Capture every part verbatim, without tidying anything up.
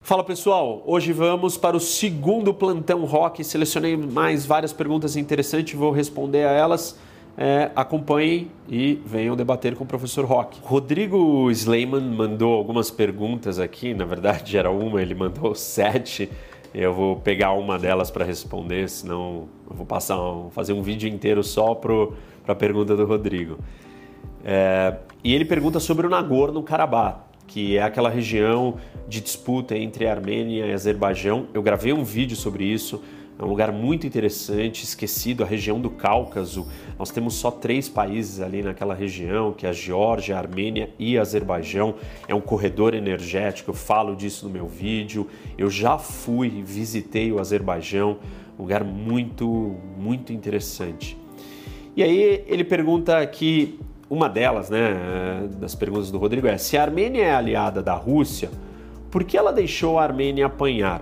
Fala pessoal, hoje vamos para o segundo Plantão Rock. Selecionei mais várias perguntas interessantes, vou responder a elas. É, acompanhem e venham debater com o professor Rock. Rodrigo Sleiman mandou algumas perguntas aqui, na verdade era uma, ele mandou sete. Eu vou pegar uma delas para responder, senão eu vou passar um, fazer um vídeo inteiro só para a pergunta do Rodrigo. É, e ele pergunta sobre o Nagorno-Karabakh, que é aquela região de disputa entre a Armênia e Azerbaijão. Eu gravei um vídeo sobre isso, é um lugar muito interessante, esquecido, a região do Cáucaso. Nós temos só três países ali naquela região, que é a Geórgia, a Armênia e a Azerbaijão. É um corredor energético, eu falo disso no meu vídeo. Eu já fui, visitei o Azerbaijão, um lugar muito, muito interessante. E aí ele pergunta aqui, uma delas, né, das perguntas do Rodrigo é: se a Armênia é aliada da Rússia, por que ela deixou a Armênia apanhar?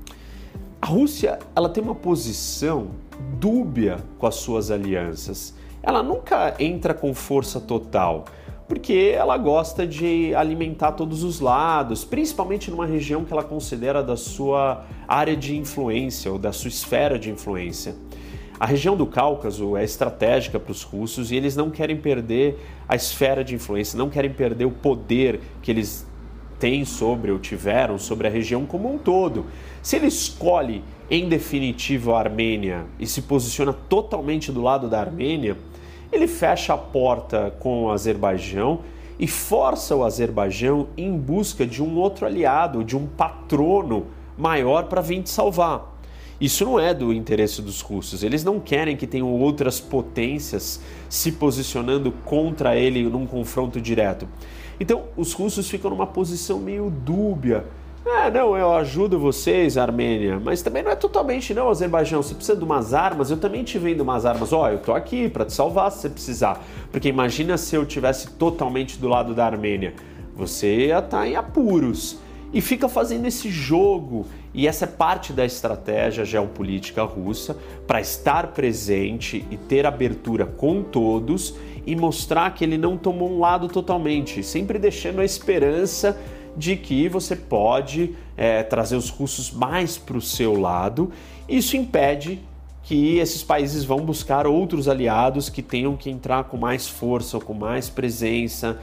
A Rússia, ela tem uma posição dúbia com as suas alianças. Ela nunca entra com força total, porque ela gosta de alimentar todos os lados, principalmente numa região que ela considera da sua área de influência ou da sua esfera de influência. A região do Cáucaso é estratégica para os russos e eles não querem perder a esfera de influência, não querem perder o poder que eles têm sobre ou tiveram sobre a região como um todo. Se ele escolhe, em definitivo, a Armênia e se posiciona totalmente do lado da Armênia, ele fecha a porta com o Azerbaijão e força o Azerbaijão em busca de um outro aliado, de um patrono maior para vir te salvar. Isso não é do interesse dos russos, eles não querem que tenham outras potências se posicionando contra ele num confronto direto. Então os russos ficam numa posição meio dúbia. Ah, não, eu ajudo vocês, Armênia, mas também não é totalmente não, Azerbaijão, você precisa de umas armas, eu também te vendo umas armas, ó, oh, eu tô aqui para te salvar se você precisar. Porque imagina se eu tivesse totalmente do lado da Armênia, você ia estar em apuros. E fica fazendo esse jogo, e essa é parte da estratégia geopolítica russa para estar presente e ter abertura com todos e mostrar que ele não tomou um lado totalmente, sempre deixando a esperança de que você pode é, trazer os russos mais para o seu lado. Isso impede que esses países vão buscar outros aliados que tenham que entrar com mais força ou com mais presença,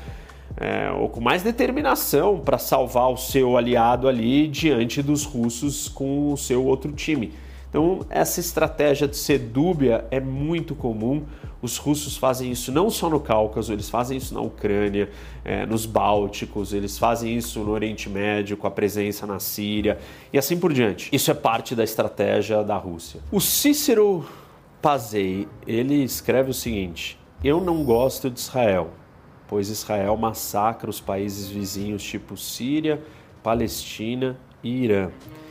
É, ou com mais determinação para salvar o seu aliado ali diante dos russos com o seu outro time. Então essa estratégia de ser dúbia é muito comum. Os russos fazem isso não só no Cáucaso, eles fazem isso na Ucrânia, é, nos Bálticos, eles fazem isso no Oriente Médio com a presença na Síria e assim por diante. Isso é parte da estratégia da Rússia. O Cícero Pazei, ele escreve o seguinte: eu não gosto de Israel, pois Israel massacra os países vizinhos tipo Síria, Palestina e Irã.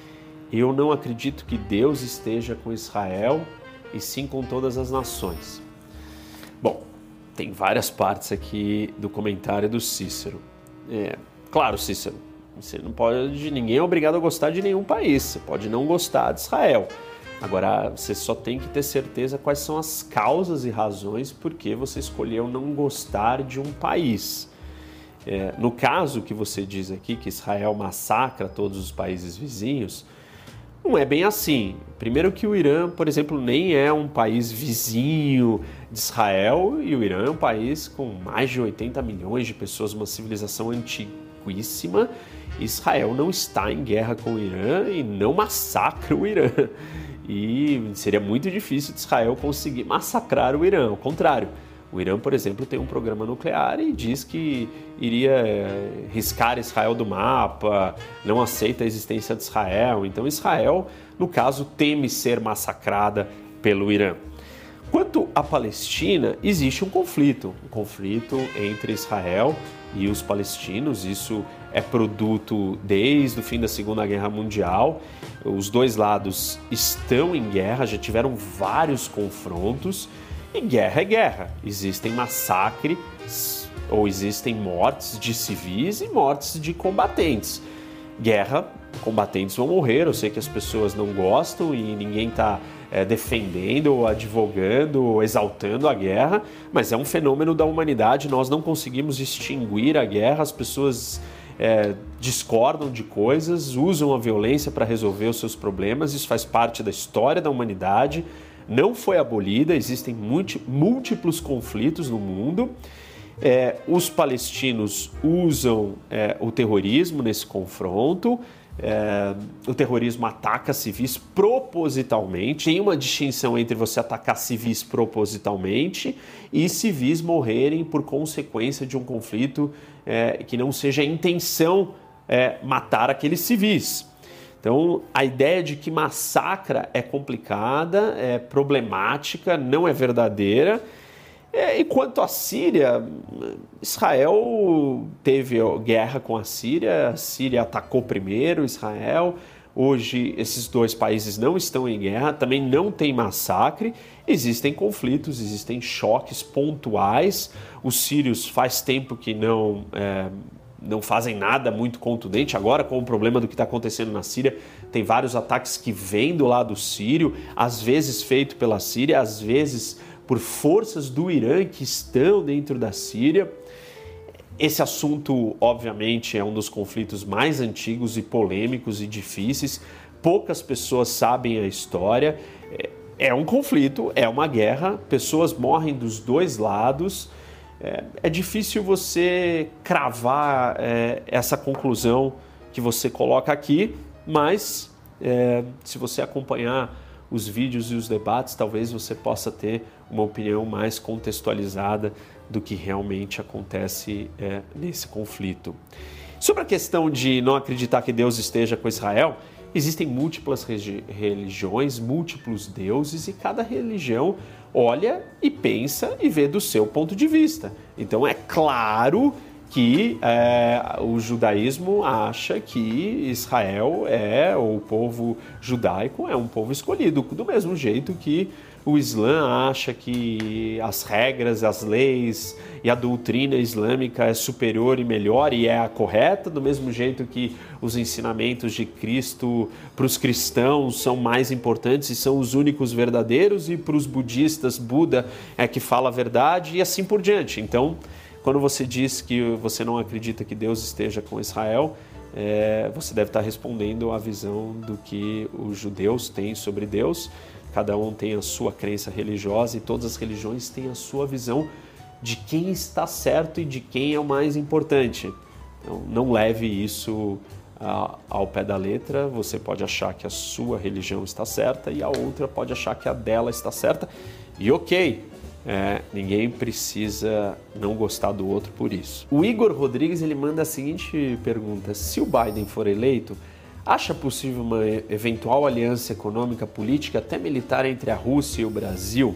Eu não acredito que Deus esteja com Israel e sim com todas as nações. Bom, tem várias partes aqui do comentário do Cícero. É, claro, Cícero, você não pode, ninguém é obrigado a gostar de nenhum país, você pode não gostar de Israel. Agora, você só tem que ter certeza quais são as causas e razões por que você escolheu não gostar de um país. É, no caso que você diz aqui, que Israel massacra todos os países vizinhos, não é bem assim. Primeiro que o Irã, por exemplo, nem é um país vizinho de Israel, e o Irã é um país com mais de oitenta milhões de pessoas, uma civilização antiguíssima. Israel não está em guerra com o Irã e não massacra o Irã. E seria muito difícil de Israel conseguir massacrar o Irã, ao contrário. O Irã, por exemplo, tem um programa nuclear e diz que iria é, riscar Israel do mapa, não aceita a existência de Israel. Então Israel, no caso, teme ser massacrada pelo Irã. Quanto à Palestina, existe um conflito, um conflito entre Israel e os palestinos. Isso é produto desde o fim da Segunda Guerra Mundial. Os dois lados estão em guerra, já tiveram vários confrontos, e guerra é guerra. Existem massacres ou existem mortes de civis e mortes de combatentes. Guerra, combatentes vão morrer, eu sei que as pessoas não gostam e ninguém está é, defendendo ou advogando ou exaltando a guerra, mas é um fenômeno da humanidade, nós não conseguimos extinguir a guerra, as pessoas é, discordam de coisas, usam a violência para resolver os seus problemas. Isso faz parte da história da humanidade, não foi abolida, existem múltiplos conflitos no mundo. É, os palestinos usam é, o terrorismo nesse confronto. É, o terrorismo ataca civis propositalmente. Tem uma distinção entre você atacar civis propositalmente e civis morrerem por consequência de um conflito é, que não seja a intenção é, matar aqueles civis. Então, a ideia de que massacra é complicada, é problemática, não é verdadeira. É, e quanto à Síria, Israel teve guerra com a Síria, a Síria atacou primeiro Israel. Hoje, esses dois países não estão em guerra, também não tem massacre. Existem conflitos, existem choques pontuais. Os sírios faz tempo que não... É, não fazem nada muito contundente. Agora, com o problema do que está acontecendo na Síria, tem vários ataques que vêm do lado sírio, às vezes feito pela Síria, às vezes por forças do Irã que estão dentro da Síria. Esse assunto, obviamente, é um dos conflitos mais antigos e polêmicos e difíceis. Poucas pessoas sabem a história. É um conflito, é uma guerra, pessoas morrem dos dois lados. É, é difícil você cravar é, essa conclusão que você coloca aqui, mas é, se você acompanhar os vídeos e os debates, talvez você possa ter uma opinião mais contextualizada do que realmente acontece é, nesse conflito. Sobre a questão de não acreditar que Deus esteja com Israel, existem múltiplas religiões, múltiplos deuses, e cada religião olha e pensa e vê do seu ponto de vista. Então é claro que é, o judaísmo acha que Israel é, ou o povo judaico é um povo escolhido, do mesmo jeito que o Islã acha que as regras, as leis e a doutrina islâmica é superior e melhor e é a correta, do mesmo jeito que os ensinamentos de Cristo para os cristãos são mais importantes e são os únicos verdadeiros, e para os budistas, Buda é que fala a verdade, e assim por diante. Então, quando você diz que você não acredita que Deus esteja com Israel, é, você deve estar respondendo à visão do que os judeus têm sobre Deus. Cada um tem a sua crença religiosa e todas as religiões têm a sua visão de quem está certo e de quem é o mais importante. Então, não leve isso a, ao pé da letra. Você pode achar que a sua religião está certa e a outra pode achar que a dela está certa. E ok, é, ninguém precisa não gostar do outro por isso. O Igor Rodrigues ele manda a seguinte pergunta: se o Biden for eleito, acha possível uma eventual aliança econômica, política, até militar entre a Rússia e o Brasil?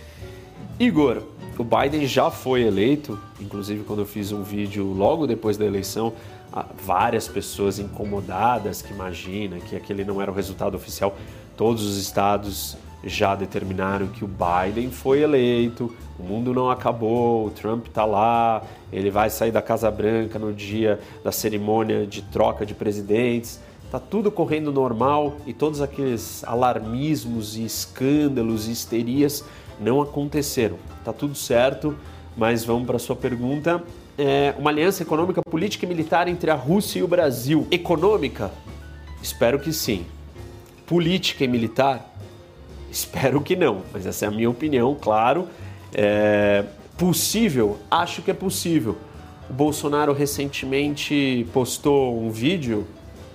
Igor, o Biden já foi eleito, inclusive quando eu fiz um vídeo logo depois da eleição, várias pessoas incomodadas que imaginam que aquele não era o resultado oficial. Todos os estados já determinaram que o Biden foi eleito, o mundo não acabou, o Trump está lá, ele vai sair da Casa Branca no dia da cerimônia de troca de presidentes. Está tudo correndo normal e todos aqueles alarmismos e escândalos e histerias não aconteceram. Está tudo certo, mas vamos para a sua pergunta. É uma aliança econômica, política e militar entre a Rússia e o Brasil. Econômica? Espero que sim. Política e militar? Espero que não, mas essa é a minha opinião, claro. É possível? Acho que é possível. O Bolsonaro recentemente postou um vídeo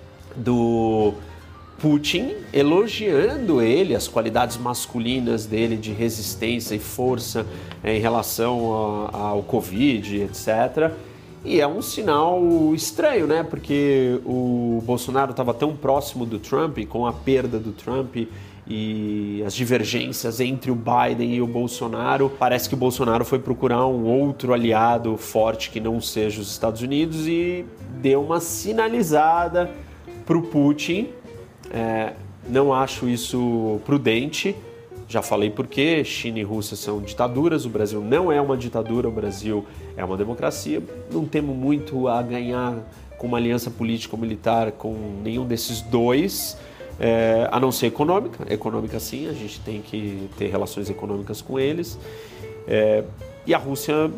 do Putin elogiando ele, as qualidades masculinas dele de resistência e força em relação a, ao Covid, etcétera. E é um sinal estranho, né? Porque o Bolsonaro estava tão próximo do Trump, com a perda do Trump e as divergências entre o Biden e o Bolsonaro, parece que o Bolsonaro foi procurar um outro aliado forte que não seja os Estados Unidos e deu uma sinalizada para o Putin. É, não acho isso prudente, já falei por quê. China e Rússia são ditaduras, o Brasil não é uma ditadura, o Brasil é uma democracia. Não temos muito a ganhar com uma aliança política ou militar com nenhum desses dois, é, a não ser econômica. Econômica sim, a gente tem que ter relações econômicas com eles. É, e a Rússia,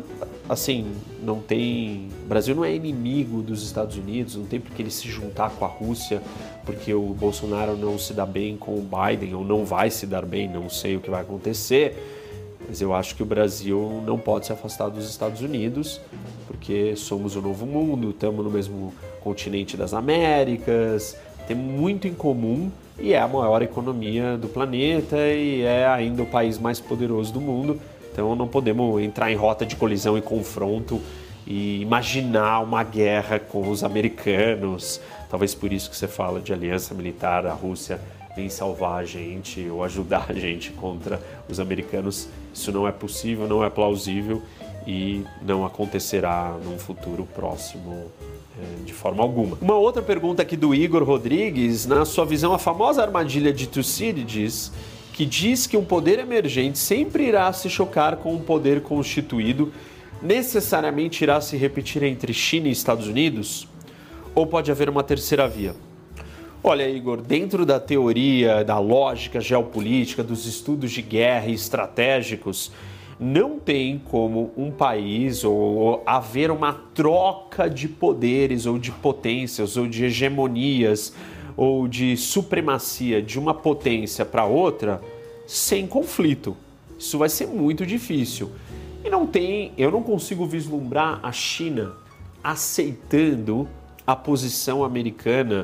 assim, não tem... O Brasil não é inimigo dos Estados Unidos, não tem por que ele se juntar com a Rússia, porque o Bolsonaro não se dá bem com o Biden, ou não vai se dar bem, não sei o que vai acontecer. Mas eu acho que o Brasil não pode se afastar dos Estados Unidos, porque somos o novo mundo, estamos no mesmo continente das Américas, temos muito em comum e é a maior economia do planeta e é ainda o país mais poderoso do mundo. Então não podemos entrar em rota de colisão e confronto e imaginar uma guerra com os americanos. Talvez por isso que você fala de aliança militar, a Rússia vem salvar a gente ou ajudar a gente contra os americanos. Isso não é possível, não é plausível e não acontecerá num futuro próximo é, de forma alguma. Uma outra pergunta aqui do Igor Rodrigues, na sua visão, a famosa armadilha de Tucídides, que diz que um poder emergente sempre irá se chocar com um poder constituído, necessariamente irá se repetir entre China e Estados Unidos? Ou pode haver uma terceira via? Olha, Igor, dentro da teoria, da lógica geopolítica, dos estudos de guerra e estratégicos, não tem como um país ou haver uma troca de poderes ou de potências ou de hegemonias ou de supremacia de uma potência para outra sem conflito. Isso vai ser muito difícil. E não tem, eu não consigo vislumbrar a China aceitando a posição americana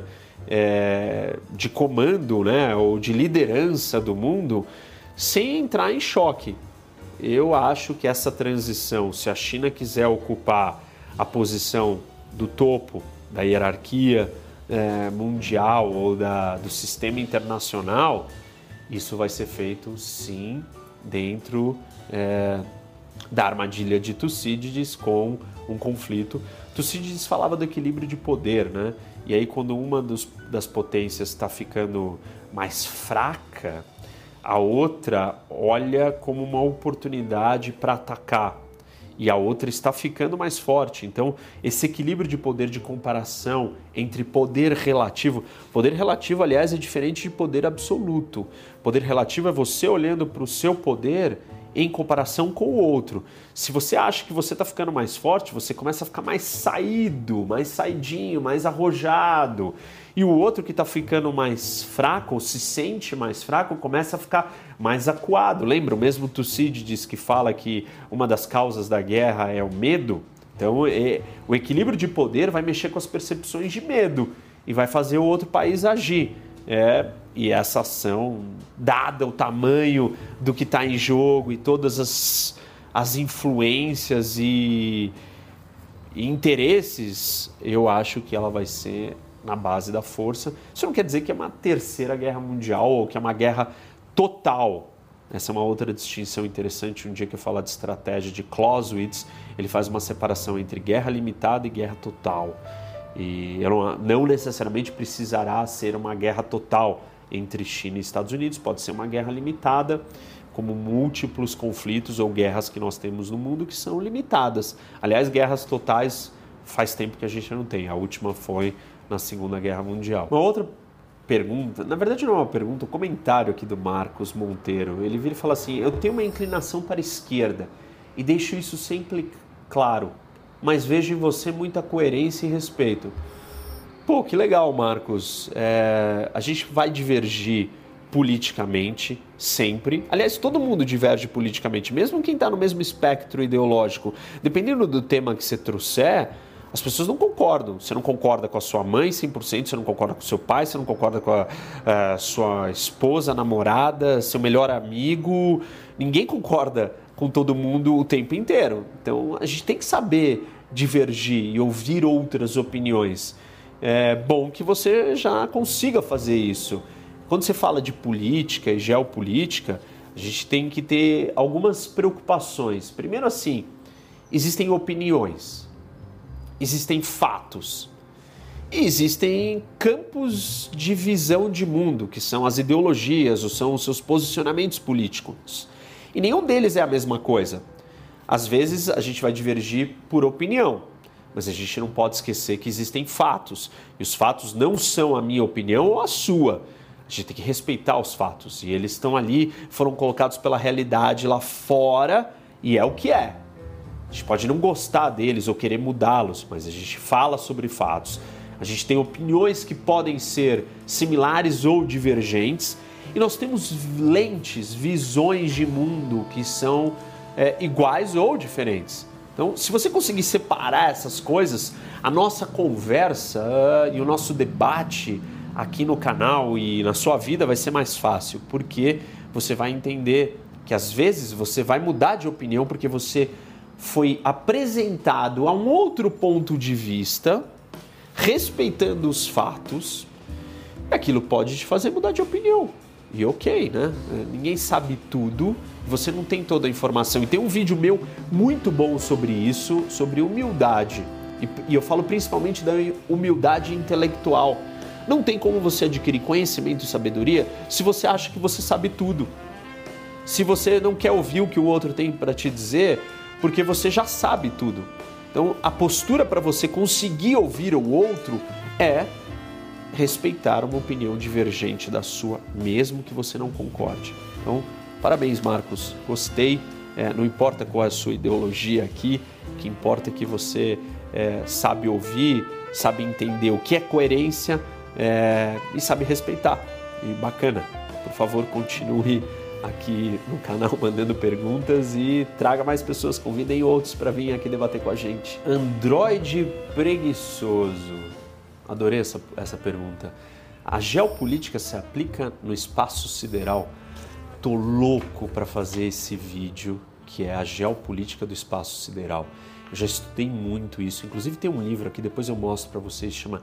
é, de comando, né, ou de liderança do mundo sem entrar em choque. Eu acho que essa transição, se a China quiser ocupar a posição do topo da hierarquia é, mundial ou da, do sistema internacional, isso vai ser feito sim dentro é, da armadilha de Tucídides com um conflito. Tucídides falava do equilíbrio de poder, né? E aí quando uma dos, das potências está ficando mais fraca, a outra olha como uma oportunidade para atacar e a outra está ficando mais forte. Então, esse equilíbrio de poder de comparação entre poder relativo... Poder relativo, aliás, é diferente de poder absoluto. Poder relativo é você olhando para o seu poder em comparação com o outro. Se você acha que você está ficando mais forte, você começa a ficar mais saído, mais saidinho, mais arrojado. E o outro que está ficando mais fraco, ou se sente mais fraco, começa a ficar mais acuado. Lembra o mesmo Tucídides que fala que uma das causas da guerra é o medo? Então, é, o equilíbrio de poder vai mexer com as percepções de medo e vai fazer o outro país agir. É, e essa ação, dada o tamanho do que está em jogo e todas as, as influências e, e interesses, eu acho que ela vai ser na base da força. Isso não quer dizer que é uma terceira guerra mundial ou que é uma guerra total. Essa é uma outra distinção interessante. Um dia que eu falar de estratégia de Clausewitz, ele faz uma separação entre guerra limitada e guerra total. E não, não necessariamente precisará ser uma guerra total entre China e Estados Unidos, pode ser uma guerra limitada, como múltiplos conflitos ou guerras que nós temos no mundo que são limitadas. Aliás, guerras totais faz tempo que a gente não tem, a última foi na Segunda Guerra Mundial. Uma outra pergunta, na verdade não é uma pergunta, um comentário aqui do Marcos Monteiro, ele vira e fala assim: eu tenho uma inclinação para a esquerda e deixo isso sempre claro, mas vejo em você muita coerência e respeito. Pô, que legal, Marcos. É, a gente vai divergir politicamente, sempre. Aliás, todo mundo diverge politicamente, mesmo quem está no mesmo espectro ideológico. Dependendo do tema que você trouxer, as pessoas não concordam. Você não concorda com a sua mãe cem por cento, você não concorda com o seu pai, você não concorda com a, a sua esposa, namorada, seu melhor amigo. Ninguém concorda com todo mundo o tempo inteiro. Então, a gente tem que saber divergir e ouvir outras opiniões. É bom que você já consiga fazer isso. Quando você fala de política e geopolítica, a gente tem que ter algumas preocupações. Primeiro assim, existem opiniões, existem fatos, e existem campos de visão de mundo, que são as ideologias ou são os seus posicionamentos políticos. E nenhum deles é a mesma coisa. Às vezes a gente vai divergir por opinião, mas a gente não pode esquecer que existem fatos. E os fatos não são a minha opinião ou a sua. A gente tem que respeitar os fatos. E eles estão ali, foram colocados pela realidade lá fora, e é o que é. A gente pode não gostar deles ou querer mudá-los, mas a gente fala sobre fatos. A gente tem opiniões que podem ser similares ou divergentes e nós temos lentes, visões de mundo que são é, iguais ou diferentes. Então, se você conseguir separar essas coisas, a nossa conversa uh, e o nosso debate aqui no canal e na sua vida vai ser mais fácil, porque você vai entender que às vezes você vai mudar de opinião porque você foi apresentado a um outro ponto de vista, respeitando os fatos, aquilo pode te fazer mudar de opinião. E ok, né? Ninguém sabe tudo, você não tem toda a informação. E tem um vídeo meu muito bom sobre isso, sobre humildade. E, e eu falo principalmente da humildade intelectual. Não tem como você adquirir conhecimento e sabedoria se você acha que você sabe tudo. Se você não quer ouvir o que o outro tem para te dizer, porque você já sabe tudo. Então, a postura para você conseguir ouvir o outro é respeitar uma opinião divergente da sua, mesmo que você não concorde. Então, parabéns, Marcos. Gostei. É, não importa qual é a sua ideologia aqui, o que importa é que você é, sabe ouvir, sabe entender o que é coerência é, e sabe respeitar. E bacana. Por favor, continue aqui no canal mandando perguntas e traga mais pessoas, convidem outros para vir aqui debater com a gente. Androide preguiçoso. Adorei essa, essa pergunta. A geopolítica se aplica no espaço sideral? Tô louco para fazer esse vídeo que é a geopolítica do espaço sideral. Eu já estudei muito isso, inclusive tem um livro aqui, depois eu mostro para vocês, chama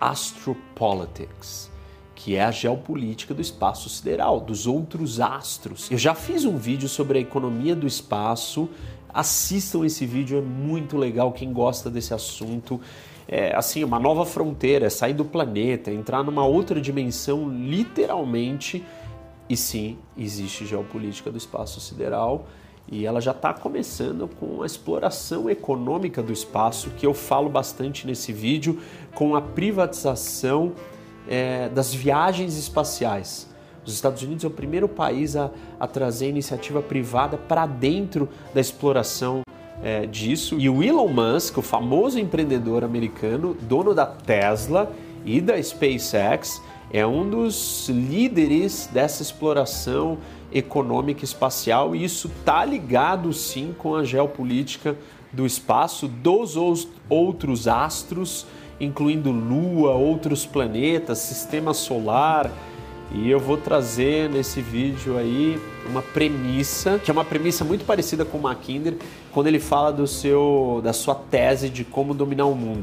Astropolitics, que é a geopolítica do espaço sideral, dos outros astros. Eu já fiz um vídeo sobre a economia do espaço, assistam esse vídeo, é muito legal, quem gosta desse assunto. É assim, uma nova fronteira, é sair do planeta, entrar numa outra dimensão, literalmente. E sim, existe geopolítica do espaço sideral e ela já está começando com a exploração econômica do espaço, que eu falo bastante nesse vídeo, com a privatização é, das viagens espaciais. Os Estados Unidos é o primeiro país a, a trazer iniciativa privada para dentro da exploração É, disso. E o Elon Musk, o famoso empreendedor americano, dono da Tesla e da SpaceX, é um dos líderes dessa exploração econômica espacial e isso está ligado sim com a geopolítica do espaço, dos outros astros, incluindo Lua, outros planetas, sistema solar. E eu vou trazer nesse vídeo aí uma premissa, que é uma premissa muito parecida com o Mackinder, quando ele fala do seu, da sua tese de como dominar o mundo.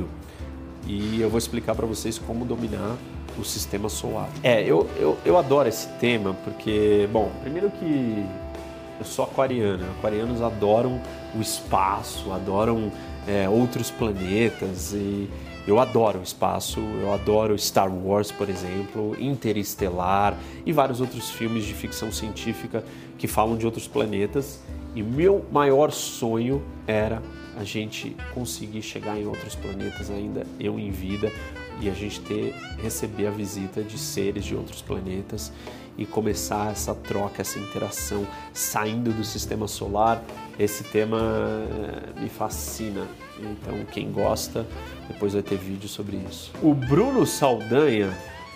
E eu vou explicar para vocês como dominar o sistema solar. É, eu, eu, eu adoro esse tema porque, bom, primeiro que eu sou aquariano, aquarianos adoram o espaço, adoram é, outros planetas e eu adoro o espaço, eu adoro Star Wars, por exemplo, Interestelar e vários outros filmes de ficção científica que falam de outros planetas. E meu maior sonho era a gente conseguir chegar em outros planetas ainda, eu em vida, e a gente ter, receber a visita de seres de outros planetas e começar essa troca, essa interação, saindo do sistema solar. Esse tema me fascina, então quem gosta, depois vai ter vídeo sobre isso. O Bruno Saldanha,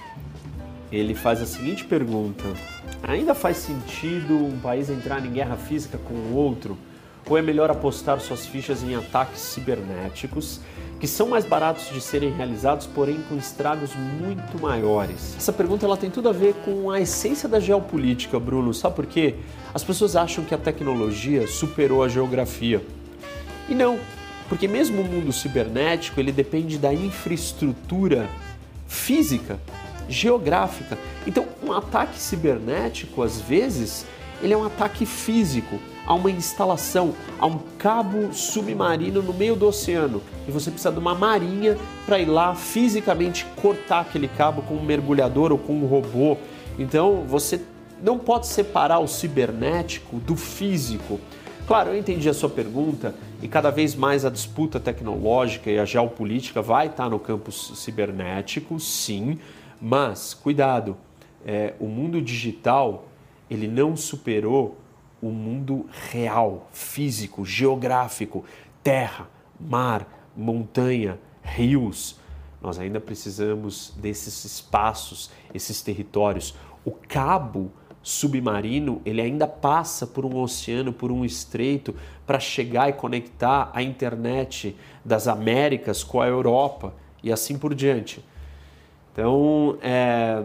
ele faz a seguinte pergunta: ainda faz sentido um país entrar em guerra física com o outro? Ou é melhor apostar suas fichas em ataques cibernéticos, que são mais baratos de serem realizados, porém com estragos muito maiores? Essa pergunta ela tem tudo a ver com a essência da geopolítica, Bruno. Sabe por quê? As pessoas acham que a tecnologia superou a geografia. E não, porque mesmo o mundo cibernético, ele depende da infraestrutura física, geográfica. Então, um ataque cibernético, às vezes, ele é um ataque físico a uma instalação, a um cabo submarino no meio do oceano. E você precisa de uma marinha para ir lá fisicamente cortar aquele cabo com um mergulhador ou com um robô. Então, você não pode separar o cibernético do físico. Claro, eu entendi a sua pergunta e cada vez mais a disputa tecnológica e a geopolítica vai estar no campo cibernético, sim, mas cuidado, é, o mundo digital ele não superou o mundo real, físico, geográfico. terra, mar, montanha, rios. Nós ainda precisamos desses espaços, esses territórios. O cabo submarino, ele ainda passa por um oceano, por um estreito, para chegar e conectar a internet das Américas com a Europa e assim por diante. Então, é,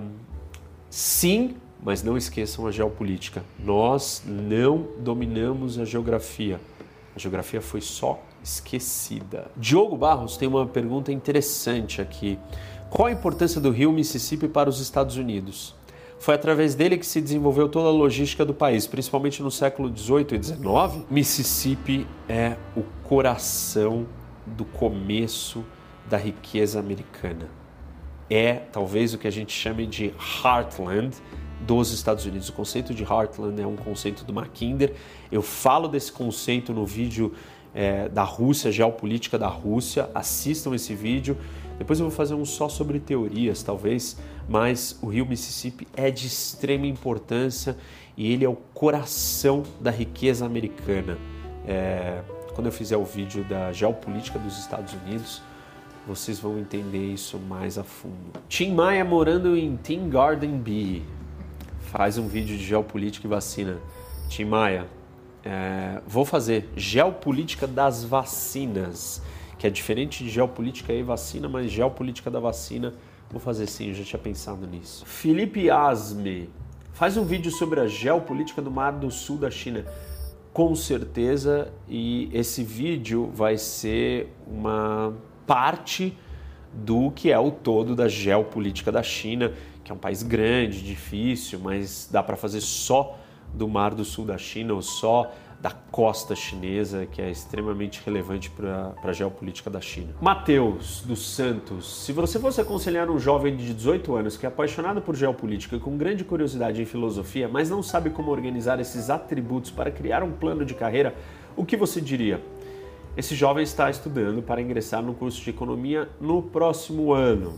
sim, mas não esqueçam a geopolítica. Nós não dominamos a geografia. A geografia foi só esquecida. Diogo Barros tem uma pergunta interessante aqui. Qual a importância do rio Mississippi para os Estados Unidos? Foi através dele que se desenvolveu toda a logística do país, principalmente no século dezoito e dezenove. Mississippi é o coração do começo da riqueza americana. É talvez o que a gente chame de Heartland dos Estados Unidos. O conceito de Heartland é um conceito do Mackinder. Eu falo desse conceito no vídeo é, da Rússia, geopolítica da Rússia. Assistam esse vídeo. Depois eu vou fazer um só sobre teorias, talvez, mas o rio Mississippi é de extrema importância e ele é o coração da riqueza americana. É, quando eu fizer o vídeo da geopolítica dos Estados Unidos, vocês vão entender isso mais a fundo. Tim Maia morando em Teen Garden Bee. Faz um vídeo de geopolítica e vacina. Tim Maia, é, vou fazer geopolítica das vacinas, que é diferente de geopolítica e vacina, mas geopolítica da vacina, vou fazer sim, eu já tinha pensado nisso. Felipe Asme, faz um vídeo sobre a geopolítica do Mar do Sul da China. Com certeza, e esse vídeo vai ser uma parte do que é o todo da geopolítica da China, que é um país grande, difícil, mas dá para fazer só do Mar do Sul da China ou só da costa chinesa, que é extremamente relevante para a geopolítica da China. Matheus dos Santos, se você fosse aconselhar um jovem de dezoito anos que é apaixonado por geopolítica e com grande curiosidade em filosofia, mas não sabe como organizar esses atributos para criar um plano de carreira, o que você diria? Esse jovem está estudando para ingressar no curso de economia no próximo ano.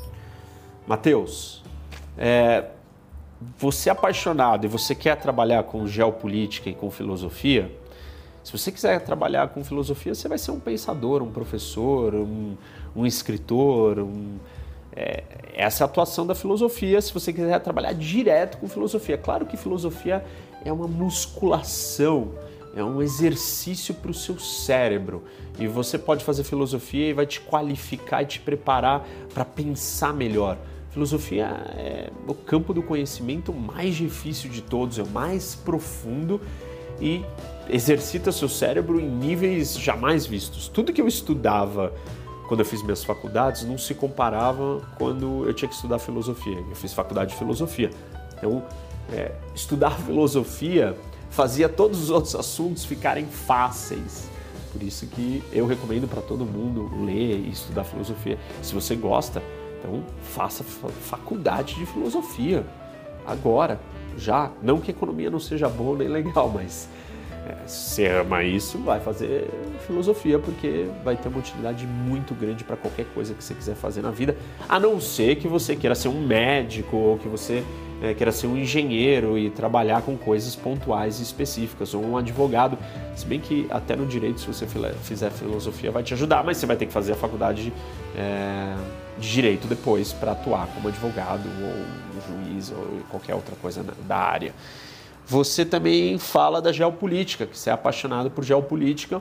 Matheus, é, você é apaixonado e você quer trabalhar com geopolítica e com filosofia, se você quiser trabalhar com filosofia, você vai ser um pensador, um professor, um, um escritor, um, é, essa é a atuação da filosofia, se você quiser trabalhar direto com filosofia. Claro que filosofia é uma musculação, é um exercício para o seu cérebro e você pode fazer filosofia e vai te qualificar e te preparar para pensar melhor. Filosofia é o campo do conhecimento mais difícil de todos, é o mais profundo e exercita seu cérebro em níveis jamais vistos. Tudo que eu estudava quando eu fiz minhas faculdades não se comparava quando eu tinha que estudar filosofia. Eu fiz faculdade de filosofia. Então, é, estudar filosofia fazia todos os outros assuntos ficarem fáceis. Por isso que eu recomendo para todo mundo ler e estudar filosofia. Se você gosta, então faça faculdade de filosofia. Agora, já. Não que a economia não seja boa nem legal, mas é, se você ama isso, vai fazer filosofia, porque vai ter uma utilidade muito grande para qualquer coisa que você quiser fazer na vida, a não ser que você queira ser um médico ou que você é, queira ser um engenheiro e trabalhar com coisas pontuais e específicas, ou um advogado, se bem que até no direito, se você fizer filosofia, vai te ajudar, mas você vai ter que fazer a faculdade é, de direito depois para atuar como advogado ou juiz ou qualquer outra coisa da área. Você também fala da geopolítica, que você é apaixonado por geopolítica.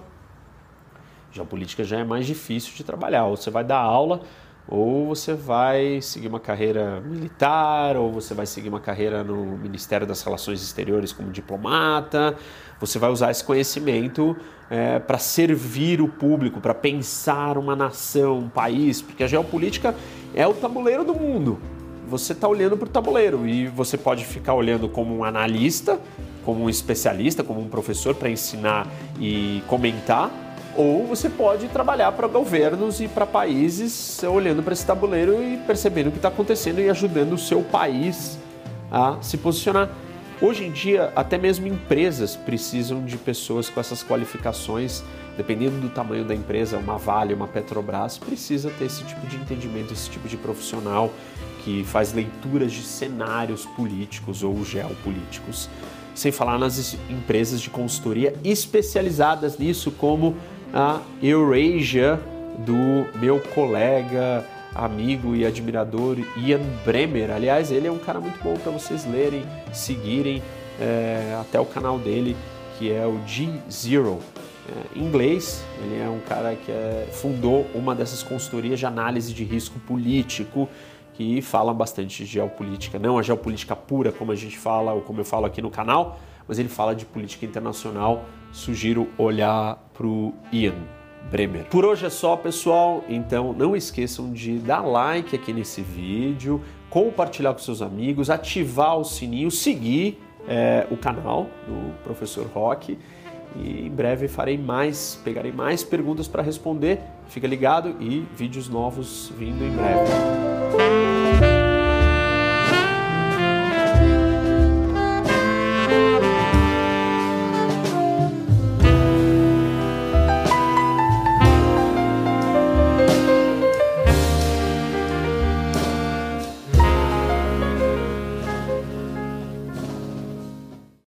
Geopolítica já é mais difícil de trabalhar, ou você vai dar aula, ou você vai seguir uma carreira militar, ou você vai seguir uma carreira no Ministério das Relações Exteriores como diplomata. Você vai usar esse conhecimento é, para servir o público, para pensar uma nação, um país, porque a geopolítica é o tabuleiro do mundo. Você está olhando para o tabuleiro e você pode ficar olhando como um analista, como um especialista, como um professor para ensinar e comentar, ou você pode trabalhar para governos e para países olhando para esse tabuleiro e percebendo o que está acontecendo e ajudando o seu país a se posicionar. Hoje em dia, até mesmo empresas precisam de pessoas com essas qualificações, dependendo do tamanho da empresa, uma Vale, uma Petrobras, precisa ter esse tipo de entendimento, esse tipo de profissional que faz leituras de cenários políticos ou geopolíticos, sem falar nas empresas de consultoria especializadas nisso, como a Eurasia, do meu colega, amigo e admirador Ian Bremmer. Aliás, ele é um cara muito bom para vocês lerem, seguirem é, até o canal dele, que é o G Zero. É, em inglês, ele é um cara que é, fundou uma dessas consultorias de análise de risco político, que fala bastante de geopolítica, não a geopolítica pura, como a gente fala, ou como eu falo aqui no canal, mas ele fala de política internacional. Sugiro olhar para o Ian Bremmer. Por hoje é só, pessoal, então não esqueçam de dar like aqui nesse vídeo, compartilhar com seus amigos, ativar o sininho, seguir é, o canal do Professor Roque, e em breve farei mais, pegarei mais perguntas para responder. Fica ligado e vídeos novos vindo em breve.